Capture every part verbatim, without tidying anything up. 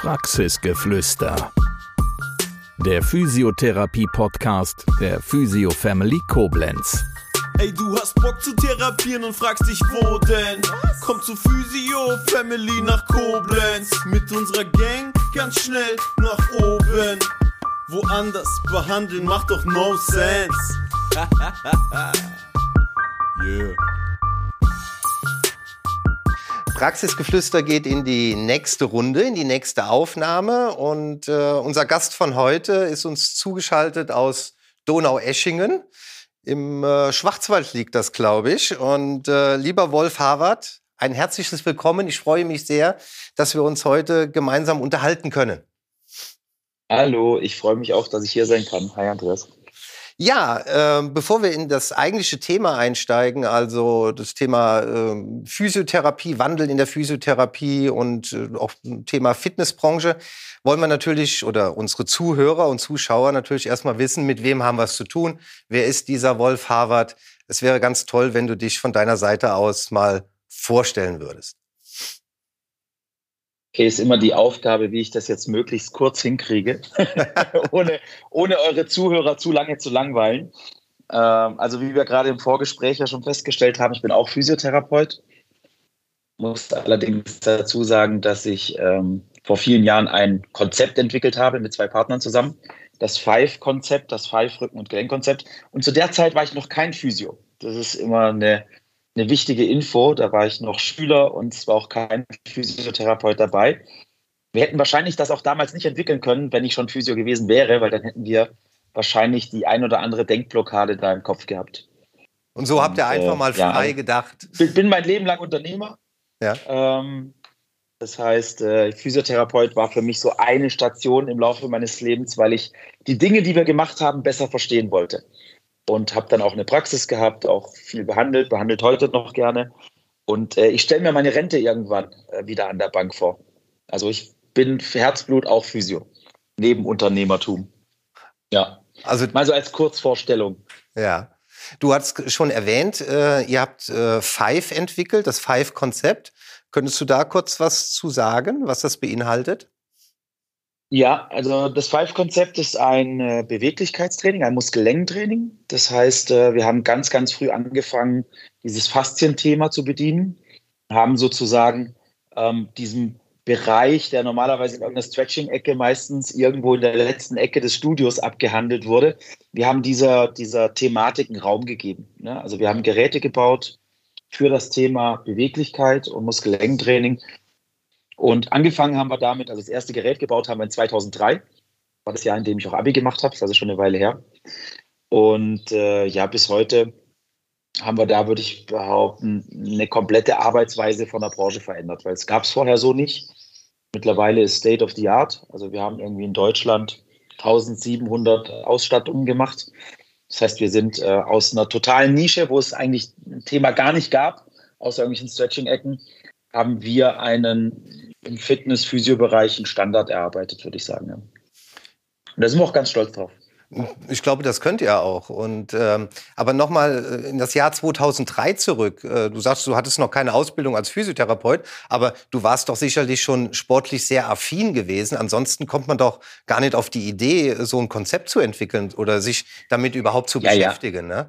Praxisgeflüster. Der Physiotherapie-Podcast der Physio Family Koblenz. Ey, du hast Bock zu therapieren und fragst dich, wo denn? Komm zu Physio Family nach Koblenz. Mit unserer Gang ganz schnell nach oben. Woanders behandeln macht doch no sense. Yeah. Praxisgeflüster geht in die nächste Runde, in die nächste Aufnahme. Und äh, unser Gast von heute ist uns zugeschaltet aus Donaueschingen. Im äh, Schwarzwald liegt das, glaube ich. Und äh, lieber Wolf Harvard, ein herzliches Willkommen. Ich freue mich sehr, dass wir uns heute gemeinsam unterhalten können. Hallo, ich freue mich auch, dass ich hier sein kann. Hi Andreas. Ja, äh, bevor wir in das eigentliche Thema einsteigen, also das Thema äh, Physiotherapie, Wandel in der Physiotherapie und äh, auch Thema Fitnessbranche, wollen wir natürlich oder unsere Zuhörer und Zuschauer natürlich erstmal wissen, mit wem haben wir es zu tun, wer ist dieser Wolf Harvard. Es wäre ganz toll, wenn du dich von deiner Seite aus mal vorstellen würdest. Okay, ist immer die Aufgabe, wie ich das jetzt möglichst kurz hinkriege, ohne, ohne eure Zuhörer zu lange zu langweilen. Ähm, also wie wir gerade im Vorgespräch ja schon festgestellt haben, ich bin auch Physiotherapeut. Muss allerdings dazu sagen, dass ich ähm, vor vielen Jahren ein Konzept entwickelt habe mit zwei Partnern zusammen. Das Five-Konzept, das Five-Rücken- und Gelenkkonzept. Und zu der Zeit war ich noch kein Physio. Das ist immer eine... Eine wichtige Info, da war ich noch Schüler und es war auch kein Physiotherapeut dabei. Wir hätten wahrscheinlich das auch damals nicht entwickeln können, wenn ich schon Physio gewesen wäre, weil dann hätten wir wahrscheinlich die ein oder andere Denkblockade da im Kopf gehabt. Und so und, habt ihr einfach äh, mal frei ja, gedacht. Ich bin mein Leben lang Unternehmer. Ja. Ähm, das heißt, äh, Physiotherapeut war für mich so eine Station im Laufe meines Lebens, weil ich die Dinge, die wir gemacht haben, besser verstehen wollte. Und habe dann auch eine Praxis gehabt, auch viel behandelt, behandelt heute noch gerne. Und äh, ich stelle mir meine Rente irgendwann äh, wieder an der Bank vor. Also ich bin für Herzblut auch Physio, neben Unternehmertum. Ja, also mal so als Kurzvorstellung. Ja, du hast schon erwähnt, äh, ihr habt äh, Five entwickelt, das Five-Konzept. Könntest du da kurz was zu sagen, was das beinhaltet? Ja, also das Five-Konzept ist ein äh, Beweglichkeitstraining, ein Muskel-Längentraining. Das heißt, äh, wir haben ganz, ganz früh angefangen, dieses Faszienthema zu bedienen, haben sozusagen ähm, diesen Bereich, der normalerweise in irgendeiner Stretching-Ecke meistens irgendwo in der letzten Ecke des Studios abgehandelt wurde. Wir haben dieser, dieser Thematik einen Raum gegeben. Ne? Also wir haben Geräte gebaut für das Thema Beweglichkeit und Muskel-Längentraining. Und angefangen haben wir damit, also das erste Gerät gebaut haben wir in zweitausenddrei. War das Jahr, in dem ich auch Abi gemacht habe, das ist also schon eine Weile her. Und äh, ja, bis heute haben wir da, würde ich behaupten, eine komplette Arbeitsweise von der Branche verändert, weil es gab es vorher so nicht. Mittlerweile ist State of the Art. Also wir haben irgendwie in Deutschland eintausendsiebenhundert Ausstattungen gemacht. Das heißt, wir sind äh, aus einer totalen Nische, wo es eigentlich ein Thema gar nicht gab, außer irgendwelchen Stretching-Ecken, haben wir einen im Fitness-Physio-Bereich einen Standard erarbeitet, würde ich sagen. Ja. Und da sind wir auch ganz stolz drauf. Ich glaube, das könnt ihr auch. Und, ähm, aber nochmal in das Jahr zweitausenddrei zurück. Äh, du sagst, du hattest noch keine Ausbildung als Physiotherapeut, aber du warst doch sicherlich schon sportlich sehr affin gewesen. Ansonsten kommt man doch gar nicht auf die Idee, so ein Konzept zu entwickeln oder sich damit überhaupt zu ja, beschäftigen, ja. ne?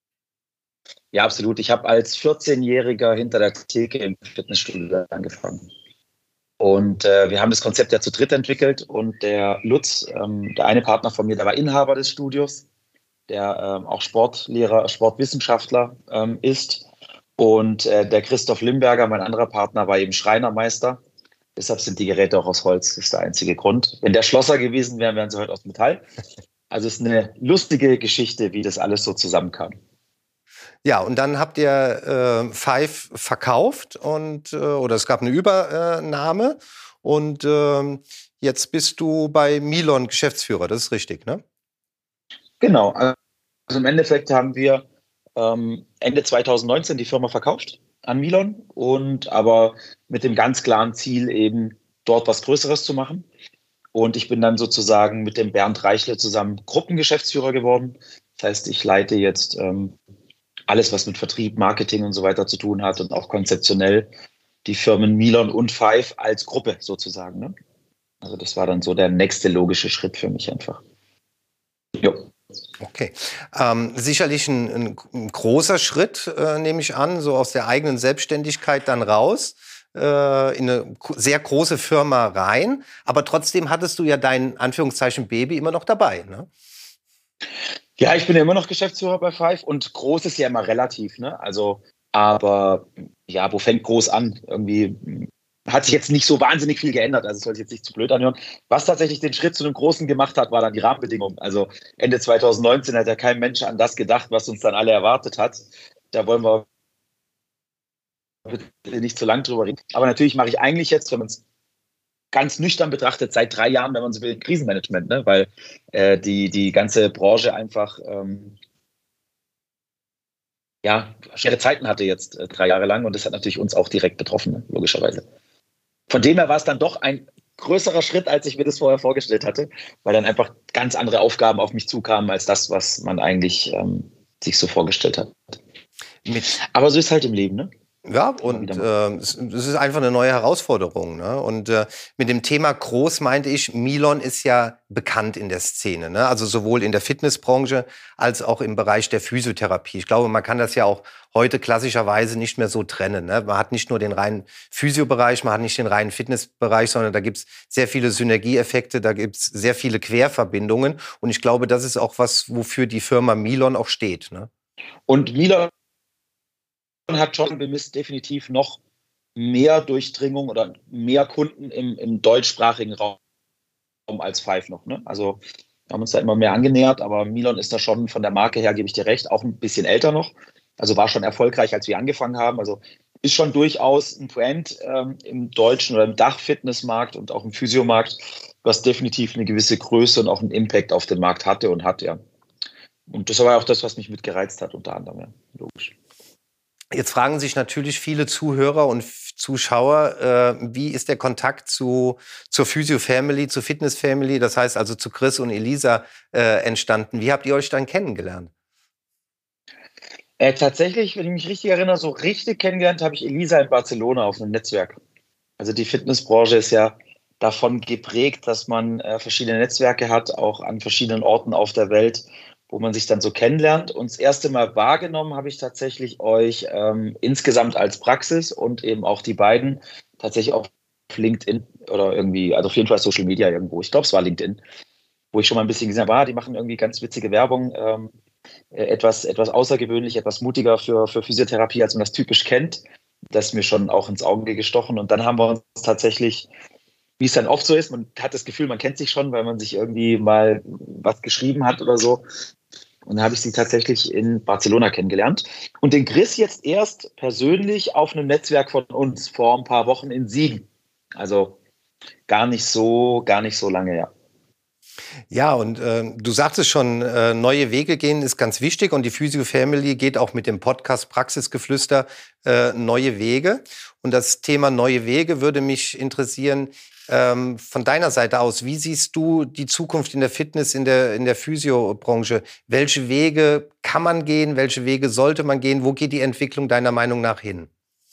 Ja, absolut. Ich habe als vierzehnjähriger hinter der Theke im Fitnessstudio angefangen. Und äh, wir haben das Konzept ja zu dritt entwickelt. Und der Lutz, ähm, der eine Partner von mir, der war Inhaber des Studios, der ähm, auch Sportlehrer, Sportwissenschaftler ähm, ist. Und äh, der Christoph Limberger, mein anderer Partner, war eben Schreinermeister. Deshalb sind die Geräte auch aus Holz. Das ist der einzige Grund. Wenn der Schlosser gewesen wären, wären sie heute aus Metall. Also es ist eine lustige Geschichte, wie das alles so zusammenkam. Ja, und dann habt ihr äh, Five verkauft und äh, oder es gab eine Übernahme und äh, jetzt bist du bei Milon Geschäftsführer, das ist richtig, ne? Genau, also im Endeffekt haben wir ähm, Ende zweitausendneunzehn die Firma verkauft an Milon und aber mit dem ganz klaren Ziel eben dort was Größeres zu machen. Und ich bin dann sozusagen mit dem Bernd Reichle zusammen Gruppengeschäftsführer geworden. Das heißt, ich leite jetzt ähm, alles, was mit Vertrieb, Marketing und so weiter zu tun hat und auch konzeptionell die Firmen Milon und Five als Gruppe sozusagen. Ne? Also das war dann so der nächste logische Schritt für mich einfach. Jo. Okay. Ähm, sicherlich ein, ein, ein großer Schritt, äh, nehme ich an, so aus der eigenen Selbstständigkeit dann raus, äh, in eine sehr große Firma rein. Aber trotzdem hattest du ja dein, Anführungszeichen, Baby immer noch dabei, ne? Ja, ich bin ja immer noch Geschäftsführer bei Five und groß ist ja immer relativ, ne? Also, aber ja, wo fängt groß an? Irgendwie hat sich jetzt nicht so wahnsinnig viel geändert, also es soll sich jetzt nicht zu blöd anhören. Was tatsächlich den Schritt zu einem Großen gemacht hat, war dann die Rahmenbedingungen. Also Ende zwanzig neunzehn hat ja kein Mensch an das gedacht, was uns dann alle erwartet hat. Da wollen wir nicht zu lang drüber reden. Aber natürlich mache ich eigentlich jetzt, wenn man es ganz nüchtern betrachtet, seit drei Jahren, wenn man so will, Krisenmanagement, ne? Weil äh, die, die ganze Branche einfach ähm, ja, schwere Zeiten hatte jetzt äh, drei Jahre lang und das hat natürlich uns auch direkt betroffen, ne? Logischerweise. Von dem her war es dann doch ein größerer Schritt, als ich mir das vorher vorgestellt hatte, weil dann einfach ganz andere Aufgaben auf mich zukamen, als das, was man eigentlich ähm, sich so vorgestellt hat. Mit Aber so ist halt im Leben, ne? Ja, und äh, es, es ist einfach eine neue Herausforderung, ne? Und äh, mit dem Thema groß meinte ich, Milon ist ja bekannt in der Szene, ne? Also sowohl in der Fitnessbranche als auch im Bereich der Physiotherapie. Ich glaube, man kann das ja auch heute klassischerweise nicht mehr so trennen, ne? Man hat nicht nur den reinen Physiobereich, man hat nicht den reinen Fitnessbereich, sondern da gibt's sehr viele Synergieeffekte, da gibt's sehr viele Querverbindungen. Und ich glaube, das ist auch was, wofür die Firma Milon auch steht, ne? Und Milon hat schon bemisst definitiv noch mehr Durchdringung oder mehr Kunden im, im deutschsprachigen Raum als Five noch, ne? Also wir haben uns da immer mehr angenähert, aber Milon ist da schon von der Marke her, gebe ich dir recht, auch ein bisschen älter noch. Also war schon erfolgreich, als wir angefangen haben. Also ist schon durchaus ein Brand ähm, im deutschen oder im Dach-Fitnessmarkt und auch im Physiomarkt, was definitiv eine gewisse Größe und auch einen Impact auf den Markt hatte und hat, ja. Und das war auch das, was mich mitgereizt hat, unter anderem, ja, logisch. Jetzt fragen sich natürlich viele Zuhörer und Zuschauer, äh, wie ist der Kontakt zu, zur Physio-Family, zur Fitness-Family, das heißt also zu Chris und Elisa äh, entstanden. Wie habt ihr euch dann kennengelernt? Äh, tatsächlich, wenn ich mich richtig erinnere, so richtig kennengelernt habe ich Elisa in Barcelona auf einem Netzwerk. Also die Fitnessbranche ist ja davon geprägt, dass man äh, verschiedene Netzwerke hat, auch an verschiedenen Orten auf der Welt, wo man sich dann so kennenlernt. Und das erste Mal wahrgenommen habe ich tatsächlich euch ähm, insgesamt als Praxis und eben auch die beiden tatsächlich auf LinkedIn oder irgendwie, also auf jeden Fall Social Media irgendwo. Ich glaube, es war LinkedIn, wo ich schon mal ein bisschen gesehen habe, ah, die machen irgendwie ganz witzige Werbung, ähm, etwas, etwas außergewöhnlich, etwas mutiger für, für Physiotherapie, als man das typisch kennt. Das ist mir schon auch ins Auge gestochen. Und dann haben wir uns tatsächlich, wie es dann oft so ist, man hat das Gefühl, man kennt sich schon, weil man sich irgendwie mal was geschrieben hat oder so. Und dann habe ich sie tatsächlich in Barcelona kennengelernt. Und den Chris jetzt erst persönlich auf einem Netzwerk von uns vor ein paar Wochen in Siegen. Also gar nicht so, gar nicht so lange, ja. Ja, und äh, du sagtest schon, äh, neue Wege gehen ist ganz wichtig und die Physio-Family geht auch mit dem Podcast Praxisgeflüster äh, neue Wege. Und das Thema neue Wege würde mich interessieren, ähm, von deiner Seite aus, wie siehst du die Zukunft in der Fitness, in der, in der Physio-Branche? Welche Wege kann man gehen, welche Wege sollte man gehen? Wo geht die Entwicklung deiner Meinung nach hin?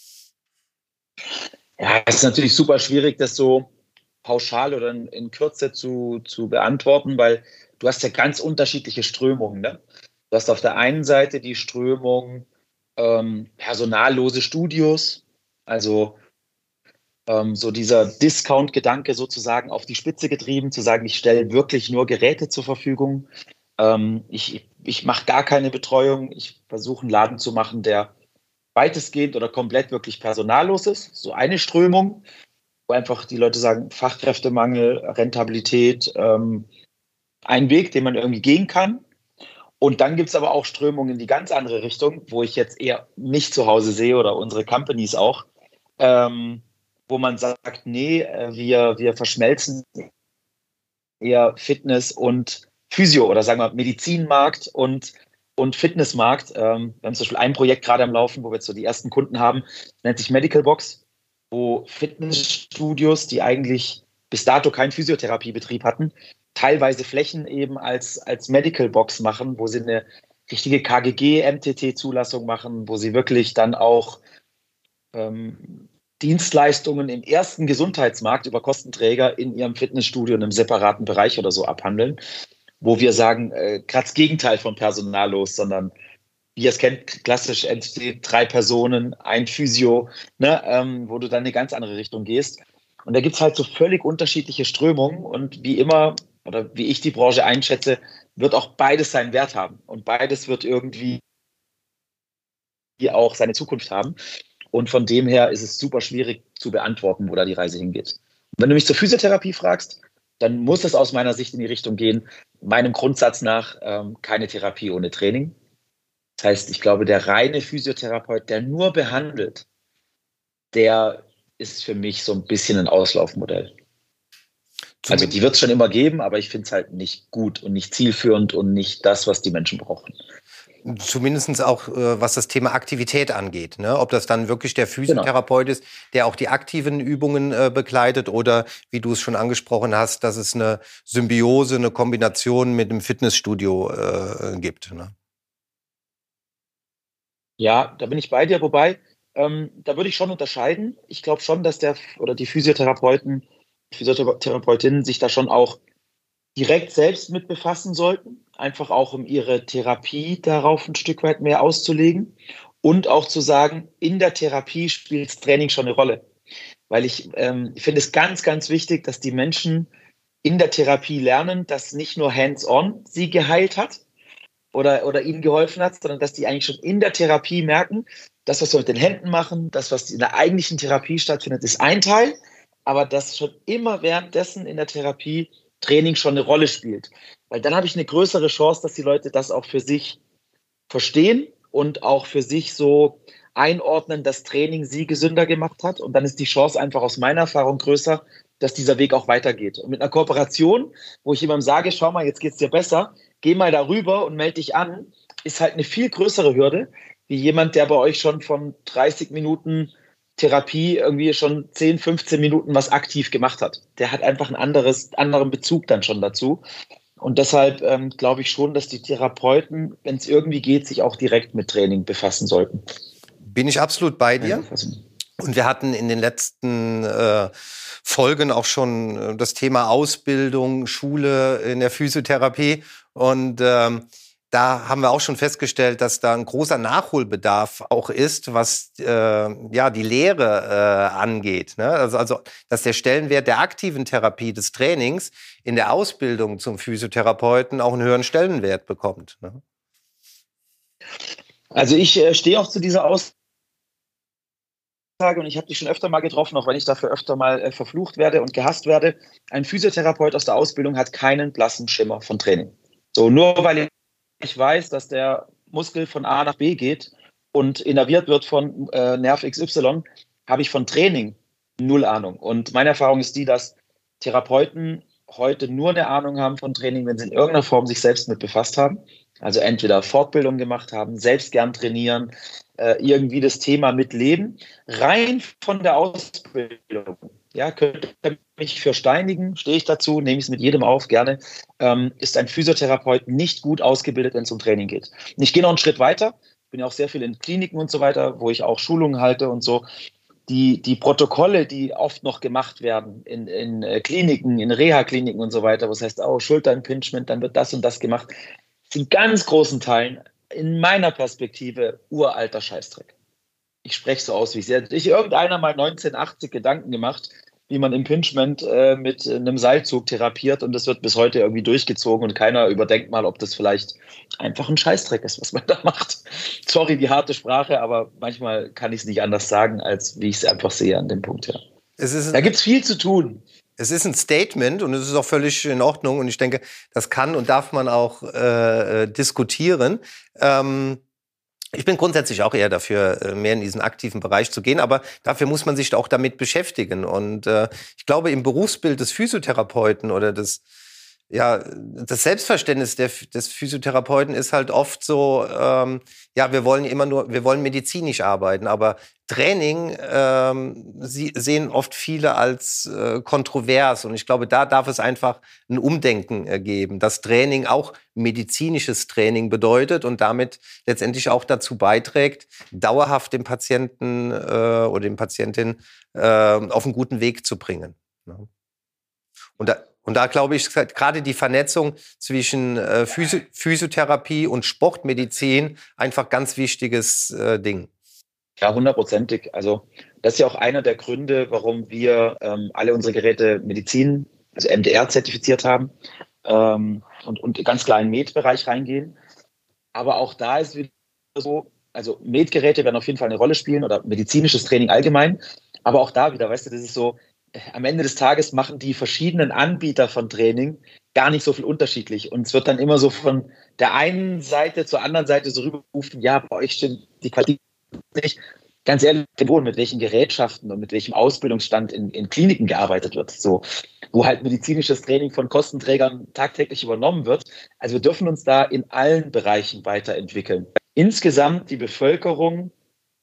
Ja, es ist natürlich super schwierig, das so pauschal oder in, in Kürze zu, zu beantworten, weil du hast ja ganz unterschiedliche Strömungen, ne? Du hast auf der einen Seite die Strömung ähm, personallose Studios, also ähm, so dieser Discount-Gedanke sozusagen auf die Spitze getrieben, zu sagen, ich stelle wirklich nur Geräte zur Verfügung, ähm, ich, ich mache gar keine Betreuung, ich versuche einen Laden zu machen, der weitestgehend oder komplett wirklich personallos ist, so eine Strömung, wo einfach die Leute sagen, Fachkräftemangel, Rentabilität, ähm, ein Weg, den man irgendwie gehen kann. Und dann gibt es aber auch Strömungen in die ganz andere Richtung, wo ich jetzt eher nicht zu Hause sehe oder unsere Companies auch, ähm, wo man sagt, nee, wir, wir verschmelzen eher Fitness und Physio oder sagen wir Medizinmarkt und, und Fitnessmarkt. Ähm, wir haben zum Beispiel ein Projekt gerade am Laufen, wo wir jetzt so die ersten Kunden haben, das nennt sich Medical Box, wo Fitnessstudios, die eigentlich bis dato keinen Physiotherapiebetrieb hatten, teilweise Flächen eben als, als Medical Box machen, wo sie eine richtige K G G-M T T-Zulassung machen, wo sie wirklich dann auch ähm, Dienstleistungen im ersten Gesundheitsmarkt über Kostenträger in ihrem Fitnessstudio in einem separaten Bereich oder so abhandeln, wo wir sagen, äh, gerade das Gegenteil von personallos, sondern wie ihr es kennt, klassisch entsteht drei Personen, ein Physio, ne, ähm, wo du dann in eine ganz andere Richtung gehst. Und da gibt es halt so völlig unterschiedliche Strömungen und wie immer, oder wie ich die Branche einschätze, wird auch beides seinen Wert haben und beides wird irgendwie auch seine Zukunft haben. Und von dem her ist es super schwierig zu beantworten, wo da die Reise hingeht. Und wenn du mich zur Physiotherapie fragst, dann muss es aus meiner Sicht in die Richtung gehen, meinem Grundsatz nach, ähm, keine Therapie ohne Training. Das heißt, ich glaube, der reine Physiotherapeut, der nur behandelt, der ist für mich so ein bisschen ein Auslaufmodell. Also die wird es schon immer geben, aber ich finde es halt nicht gut und nicht zielführend und nicht das, was die Menschen brauchen. Zumindest auch, äh, was das Thema Aktivität angeht. Ne? Ob das dann wirklich der Physiotherapeut genau. ist, der auch die aktiven Übungen äh, begleitet oder, wie du es schon angesprochen hast, dass es eine Symbiose, eine Kombination mit dem Fitnessstudio äh, gibt. Ne? Ja, da bin ich bei dir. Wobei, ähm, da würde ich schon unterscheiden. Ich glaube schon, dass der oder die Physiotherapeuten, Physiotherapeutinnen sich da schon auch direkt selbst mit befassen sollten, einfach auch um ihre Therapie darauf ein Stück weit mehr auszulegen und auch zu sagen, in der Therapie spielt das Training schon eine Rolle. Weil ich, ähm, ich finde es ganz, ganz wichtig, dass die Menschen in der Therapie lernen, dass nicht nur hands-on sie geheilt hat oder, oder ihnen geholfen hat, sondern dass die eigentlich schon in der Therapie merken, das, was wir mit den Händen machen, das, was in der eigentlichen Therapie stattfindet, ist ein Teil, aber dass schon immer währenddessen in der Therapie Training schon eine Rolle spielt. Weil dann habe ich eine größere Chance, dass die Leute das auch für sich verstehen und auch für sich so einordnen, dass Training sie gesünder gemacht hat. Und dann ist die Chance einfach aus meiner Erfahrung größer, dass dieser Weg auch weitergeht. Und mit einer Kooperation, wo ich jemandem sage, schau mal, jetzt geht's dir besser, geh mal darüber und melde dich an, ist halt eine viel größere Hürde, wie jemand, der bei euch schon von dreißig Minuten Therapie irgendwie schon zehn, fünfzehn Minuten was aktiv gemacht hat. Der hat einfach einen anderes, anderen Bezug dann schon dazu. Und deshalb ähm, glaube ich schon, dass die Therapeuten, wenn es irgendwie geht, sich auch direkt mit Training befassen sollten. Bin ich absolut bei dir. Und wir hatten in den letzten äh, Folgen auch schon das Thema Ausbildung, Schule in der Physiotherapie. Und ähm, da haben wir auch schon festgestellt, dass da ein großer Nachholbedarf auch ist, was äh, ja die Lehre äh, angeht. Ne? Also, also, dass der Stellenwert der aktiven Therapie des Trainings in der Ausbildung zum Physiotherapeuten auch einen höheren Stellenwert bekommt. Ne? Also ich äh, stehe auch zu dieser Aussage und ich habe dich schon öfter mal getroffen, auch wenn ich dafür öfter mal äh, verflucht werde und gehasst werde. Ein Physiotherapeut aus der Ausbildung hat keinen blassen Schimmer von Training. So, nur weil ich ich weiß, dass der Muskel von A nach B geht und innerviert wird von äh, Nerv X Y, habe ich von Training null Ahnung. Und meine Erfahrung ist die, dass Therapeuten heute nur eine Ahnung haben von Training, wenn sie in irgendeiner Form sich selbst mit befasst haben. Also entweder Fortbildung gemacht haben, selbst gern trainieren, äh, irgendwie das Thema mitleben. Rein von der Ausbildung. Ja, könnte mich für steinigen, stehe ich dazu, nehme ich es mit jedem auf, gerne, ähm, ist ein Physiotherapeut nicht gut ausgebildet, wenn es um Training geht. Und ich gehe noch einen Schritt weiter, bin ja auch sehr viel in Kliniken und so weiter, wo ich auch Schulungen halte und so. Die, die Protokolle, die oft noch gemacht werden in, in äh, Kliniken, in Reha-Kliniken und so weiter, wo es heißt, oh, Schulterimpingement, dann wird das und das gemacht, sind in ganz großen Teilen in meiner Perspektive uralter Scheißdreck. Ich spreche so aus, wie ich sehe. Ich irgendeiner mal neunzehnhundertachtzig Gedanken gemacht, wie man Impingement äh, mit einem Seilzug therapiert und das wird bis heute irgendwie durchgezogen und keiner überdenkt mal, ob das vielleicht einfach ein Scheißdreck ist, was man da macht. Sorry, die harte Sprache, aber manchmal kann ich es nicht anders sagen, als wie ich es einfach sehe an dem Punkt her. Es ist, da gibt es viel zu tun. Es ist ein Statement und es ist auch völlig in Ordnung und ich denke, das kann und darf man auch äh, diskutieren. Ähm Ich bin grundsätzlich auch eher dafür, mehr in diesen aktiven Bereich zu gehen, aber dafür muss man sich auch damit beschäftigen. Und äh, ich glaube, im Berufsbild des Physiotherapeuten oder des ja, das Selbstverständnis der, des Physiotherapeuten ist halt oft so, ähm, ja, wir wollen immer nur, wir wollen medizinisch arbeiten, aber Training ähm, sie, sehen oft viele als äh, kontrovers und ich glaube, da darf es einfach ein Umdenken äh, geben, dass Training auch medizinisches Training bedeutet und damit letztendlich auch dazu beiträgt, dauerhaft den Patienten äh, oder den Patientin äh, auf einen guten Weg zu bringen. Ja. Und da Und da glaube ich, gerade die Vernetzung zwischen äh, Physi- Physiotherapie und Sportmedizin einfach ganz wichtiges äh, Ding. Ja, hundertprozentig. Also das ist ja auch einer der Gründe, warum wir ähm, alle unsere Geräte Medizin, also M D R zertifiziert haben ähm, und, und ganz klar in den Med-Bereich reingehen. Aber auch da ist wieder so, also Med-Geräte werden auf jeden Fall eine Rolle spielen oder medizinisches Training allgemein. Aber auch da wieder, weißt du, das ist so, am Ende des Tages machen die verschiedenen Anbieter von Training gar nicht so viel unterschiedlich. Und es wird dann immer so von der einen Seite zur anderen Seite so rübergerufen, ja, bei euch stimmt die Qualität nicht. Ganz ehrlich, mit welchen Gerätschaften und mit welchem Ausbildungsstand in, in Kliniken gearbeitet wird. So, wo halt medizinisches Training von Kostenträgern tagtäglich übernommen wird. Also wir dürfen uns da in allen Bereichen weiterentwickeln. Insgesamt die Bevölkerung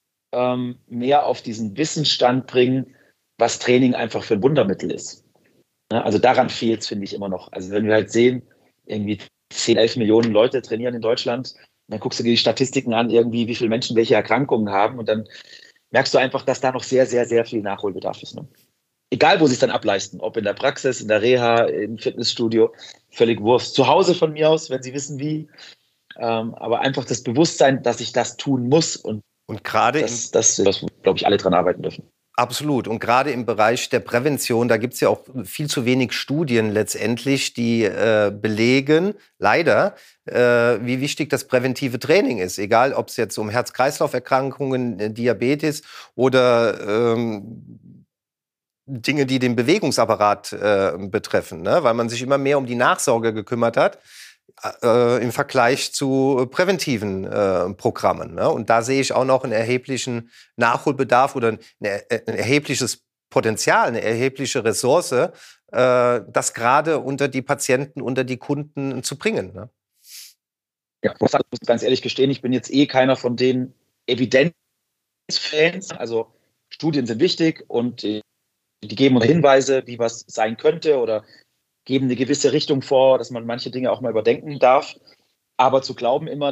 ähm, mehr auf diesen Wissensstand bringen, was Training einfach für ein Wundermittel ist. Ja, also daran fehlt es, finde ich, immer noch. Also wenn wir halt sehen, irgendwie zehn, elf Millionen Leute trainieren in Deutschland, dann guckst du dir die Statistiken an, irgendwie wie viele Menschen welche Erkrankungen haben und dann merkst du einfach, dass da noch sehr, sehr, sehr viel Nachholbedarf ist. Ne? Egal, wo sie es dann ableisten, ob in der Praxis, in der Reha, im Fitnessstudio, völlig Wurst. Zu Hause von mir aus, wenn sie wissen wie. Ähm, aber einfach das Bewusstsein, dass ich das tun muss und, und gerade das, das, das, glaube ich, alle dran arbeiten dürfen. Absolut. Und gerade im Bereich der Prävention, da gibt es ja auch viel zu wenig Studien letztendlich, die äh, belegen, leider, äh, wie wichtig das präventive Training ist. Egal, ob es jetzt um Herz-Kreislauf-Erkrankungen, äh, Diabetes oder ähm, Dinge, die den Bewegungsapparat äh, betreffen, ne? Weil man sich immer mehr um die Nachsorge gekümmert hat. Äh, im Vergleich zu präventiven äh, Programmen. Ne? Und da sehe ich auch noch einen erheblichen Nachholbedarf oder ein, ein erhebliches Potenzial, eine erhebliche Ressource, äh, das gerade unter die Patienten, unter die Kunden zu bringen. Ne? Ja, ich muss ganz ehrlich gestehen, ich bin jetzt eh keiner von den Evidenzfans. Also Studien sind wichtig und die geben Hinweise, wie was sein könnte oder geben eine gewisse Richtung vor, dass man manche Dinge auch mal überdenken darf. Aber zu glauben immer,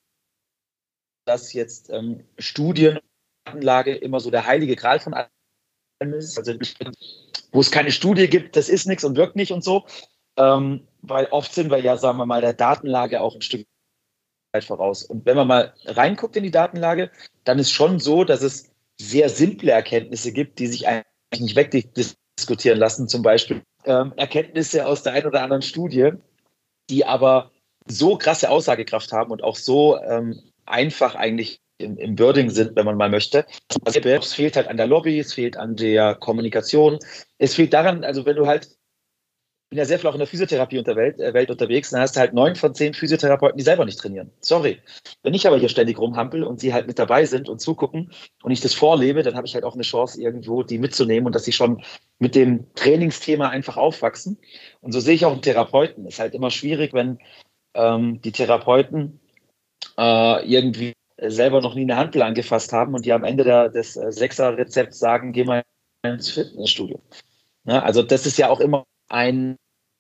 dass jetzt ähm, Studienlage immer so der heilige Gral von allem ist, also wo es keine Studie gibt, das ist nichts und wirkt nicht und so. Ähm, weil oft sind wir ja, sagen wir mal, der Datenlage auch ein Stück weit voraus. Und wenn man mal reinguckt in die Datenlage, dann ist schon so, dass es sehr simple Erkenntnisse gibt, die sich eigentlich nicht wegdiskutieren lassen. Zum Beispiel Ähm, Erkenntnisse aus der einen oder anderen Studie, die aber so krasse Aussagekraft haben und auch so ähm, einfach eigentlich im, im Wording sind, wenn man mal möchte. Also, es fehlt halt an der Lobby, es fehlt an der Kommunikation. Es fehlt daran, also wenn du halt, ich bin ja sehr viel auch in der Physiotherapie unter Welt, äh, Welt unterwegs, dann hast du halt neun von zehn Physiotherapeuten, die selber nicht trainieren. Sorry. Wenn ich aber hier ständig rumhampel und sie halt mit dabei sind und zugucken und ich das vorlebe, dann habe ich halt auch eine Chance, irgendwo die mitzunehmen und dass sie schon mit dem Trainingsthema einfach aufwachsen. Und so sehe ich auch einen Therapeuten. Es ist halt immer schwierig, wenn ähm, die Therapeuten äh, irgendwie selber noch nie eine Handel angefasst haben und die am Ende der, des äh, Sechser-Rezepts sagen, geh mal ins Fitnessstudio. Ja, also das ist ja auch immer ein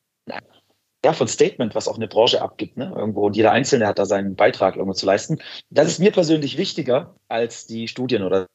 ja, von Statement, was auch eine Branche abgibt. Ne? Irgendwo, und jeder Einzelne hat da seinen Beitrag irgendwo zu leisten. Das ist mir persönlich wichtiger als die Studien oder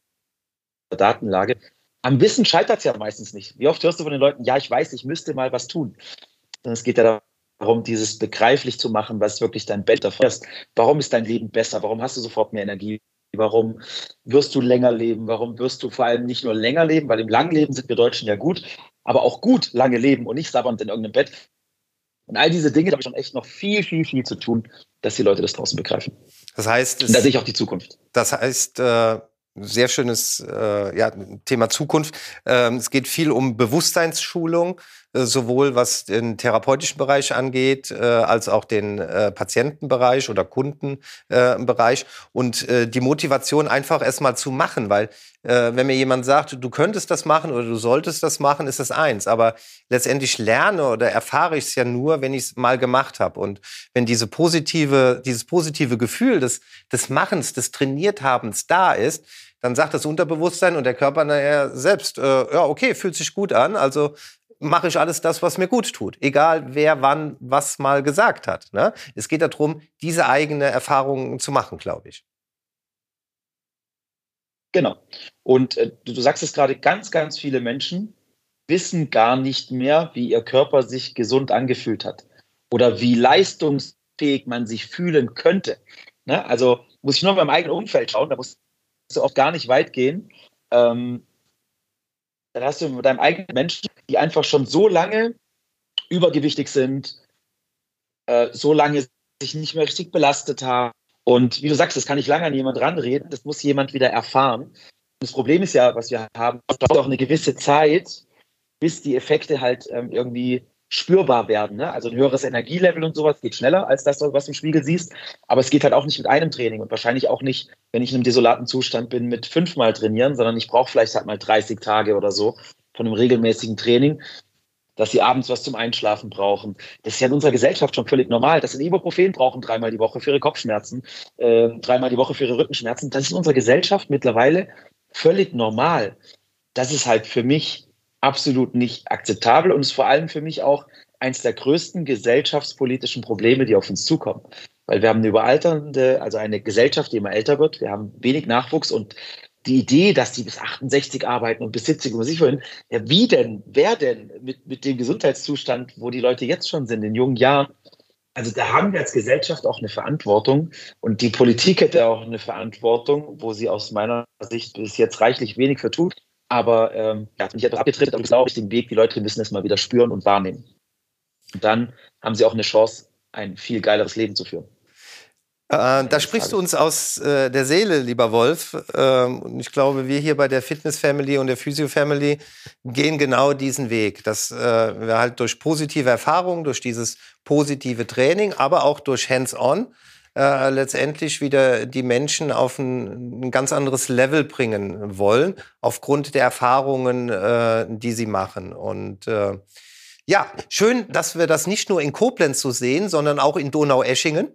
Datenlage. Am Wissen scheitert es ja meistens nicht. Wie oft hörst du von den Leuten, ja, ich weiß, ich müsste mal was tun. Und es geht ja darum, dieses begreiflich zu machen, was wirklich dein Bett dafür ist. Warum ist dein Leben besser? Warum hast du sofort mehr Energie? Warum wirst du länger leben? Warum wirst du vor allem nicht nur länger leben? Weil im Langleben sind wir Deutschen ja gut, aber auch gut lange leben und nicht sabbernd in irgendeinem Bett. Und all diese Dinge, da habe ich schon echt noch viel, viel, viel zu tun, dass die Leute das draußen begreifen. Das heißt, es, und da sehe ich auch die Zukunft. Das heißt, äh, sehr schönes äh, ja, Thema Zukunft. Ähm, es geht viel um Bewusstseinsschulung, äh, sowohl was den therapeutischen Bereich angeht, äh, als auch den äh, Patientenbereich oder Kundenbereich. Äh, und äh, die Motivation einfach erstmal zu machen, weil Äh, wenn mir jemand sagt, du könntest das machen oder du solltest das machen, ist das eins. Aber letztendlich lerne oder erfahre ich es ja nur, wenn ich es mal gemacht habe. Und wenn diese positive, dieses positive Gefühl des, des Machens, des Trainierthabens da ist, dann sagt das Unterbewusstsein und der Körper nachher selbst, äh, ja, okay, fühlt sich gut an, also mache ich alles das, was mir gut tut. Egal, wer wann was mal gesagt hat. Ne? Es geht darum, diese eigene Erfahrung zu machen, glaube ich. Genau. Und äh, du, du sagst es gerade, ganz, ganz viele Menschen wissen gar nicht mehr, wie ihr Körper sich gesund angefühlt hat oder wie leistungsfähig man sich fühlen könnte. Ne? Also muss ich nur in meinem eigenen Umfeld schauen, da muss du oft gar nicht weit gehen. Ähm, dann hast du mit deinem eigenen Menschen, die einfach schon so lange übergewichtig sind, äh, so lange sich nicht mehr richtig belastet haben. Und wie du sagst, das kann nicht lange an jemand ranreden, das muss jemand wieder erfahren. Das Problem ist ja, was wir haben, es braucht auch eine gewisse Zeit, bis die Effekte halt ähm, irgendwie spürbar werden. Ne? Also ein höheres Energielevel und sowas geht schneller als das, was du im Spiegel siehst. Aber es geht halt auch nicht mit einem Training und wahrscheinlich auch nicht, wenn ich in einem desolaten Zustand bin, mit fünfmal trainieren, sondern ich brauche vielleicht halt mal dreißig Tage oder so von einem regelmäßigen Training, dass sie abends was zum Einschlafen brauchen. Das ist ja in unserer Gesellschaft schon völlig normal, dass sie ein Ibuprofen brauchen dreimal die Woche für ihre Kopfschmerzen, äh, dreimal die Woche für ihre Rückenschmerzen. Das ist in unserer Gesellschaft mittlerweile völlig normal. Das ist halt für mich absolut nicht akzeptabel und ist vor allem für mich auch eines der größten gesellschaftspolitischen Probleme, die auf uns zukommen. Weil wir haben eine überalternde, also eine Gesellschaft, die immer älter wird. Wir haben wenig Nachwuchs und die Idee, dass die bis achtundsechzig arbeiten und bis siebzig und sich wohin, ja, wie denn, wer denn mit, mit dem Gesundheitszustand, wo die Leute jetzt schon sind, in jungen Jahren? Also da haben wir als Gesellschaft auch eine Verantwortung und die Politik hätte auch eine Verantwortung, wo sie aus meiner Sicht bis jetzt reichlich wenig für tut. Aber ähm, ja, hat mich etwas abgetreten, aber es ist auch den Weg, die Leute müssen es mal wieder spüren und wahrnehmen. Und dann haben sie auch eine Chance, ein viel geileres Leben zu führen. Äh, da sprichst du uns aus äh, der Seele, lieber Wolf. Ähm, und ich glaube, wir hier bei der Fitness Family und der Physio Family gehen genau diesen Weg, dass äh, wir halt durch positive Erfahrungen, durch dieses positive Training, aber auch durch Hands-on äh, letztendlich wieder die Menschen auf ein, ein ganz anderes Level bringen wollen, aufgrund der Erfahrungen, äh, die sie machen. Und äh, ja, schön, dass wir das nicht nur in Koblenz so sehen, sondern auch in Donaueschingen.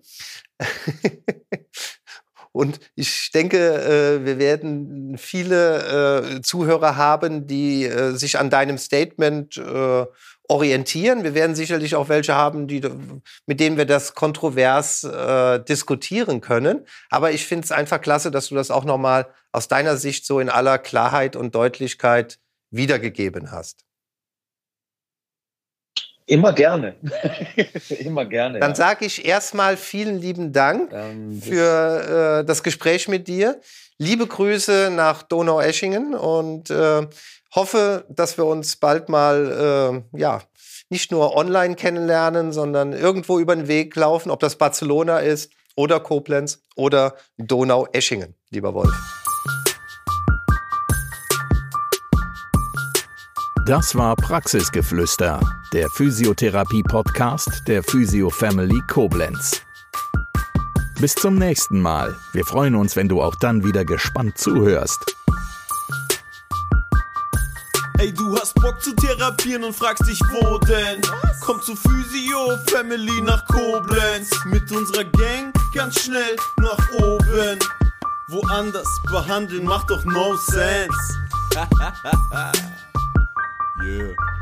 Und ich denke, wir werden viele Zuhörer haben, die sich an deinem Statement orientieren. Wir werden sicherlich auch welche haben, die, mit denen wir das kontrovers diskutieren können. Aber ich finde es einfach klasse, dass du das auch nochmal aus deiner Sicht so in aller Klarheit und Deutlichkeit wiedergegeben hast. Immer gerne. Immer gerne. Dann ja. sage ich erstmal vielen lieben Dank ähm, für äh, das Gespräch mit dir. Liebe Grüße nach Donaueschingen und äh, hoffe, dass wir uns bald mal äh, ja, nicht nur online kennenlernen, sondern irgendwo über den Weg laufen, ob das Barcelona ist oder Koblenz oder Donaueschingen, lieber Wolf. Das war Praxisgeflüster, der Physiotherapie-Podcast der Physio Family Koblenz. Bis zum nächsten Mal. Wir freuen uns, wenn du auch dann wieder gespannt zuhörst. Ey, du hast Bock zu therapieren und fragst dich, wo denn? Komm zu Physio Family nach Koblenz. Mit unserer Gang ganz schnell nach oben. Woanders behandeln macht doch no sense. Yeah.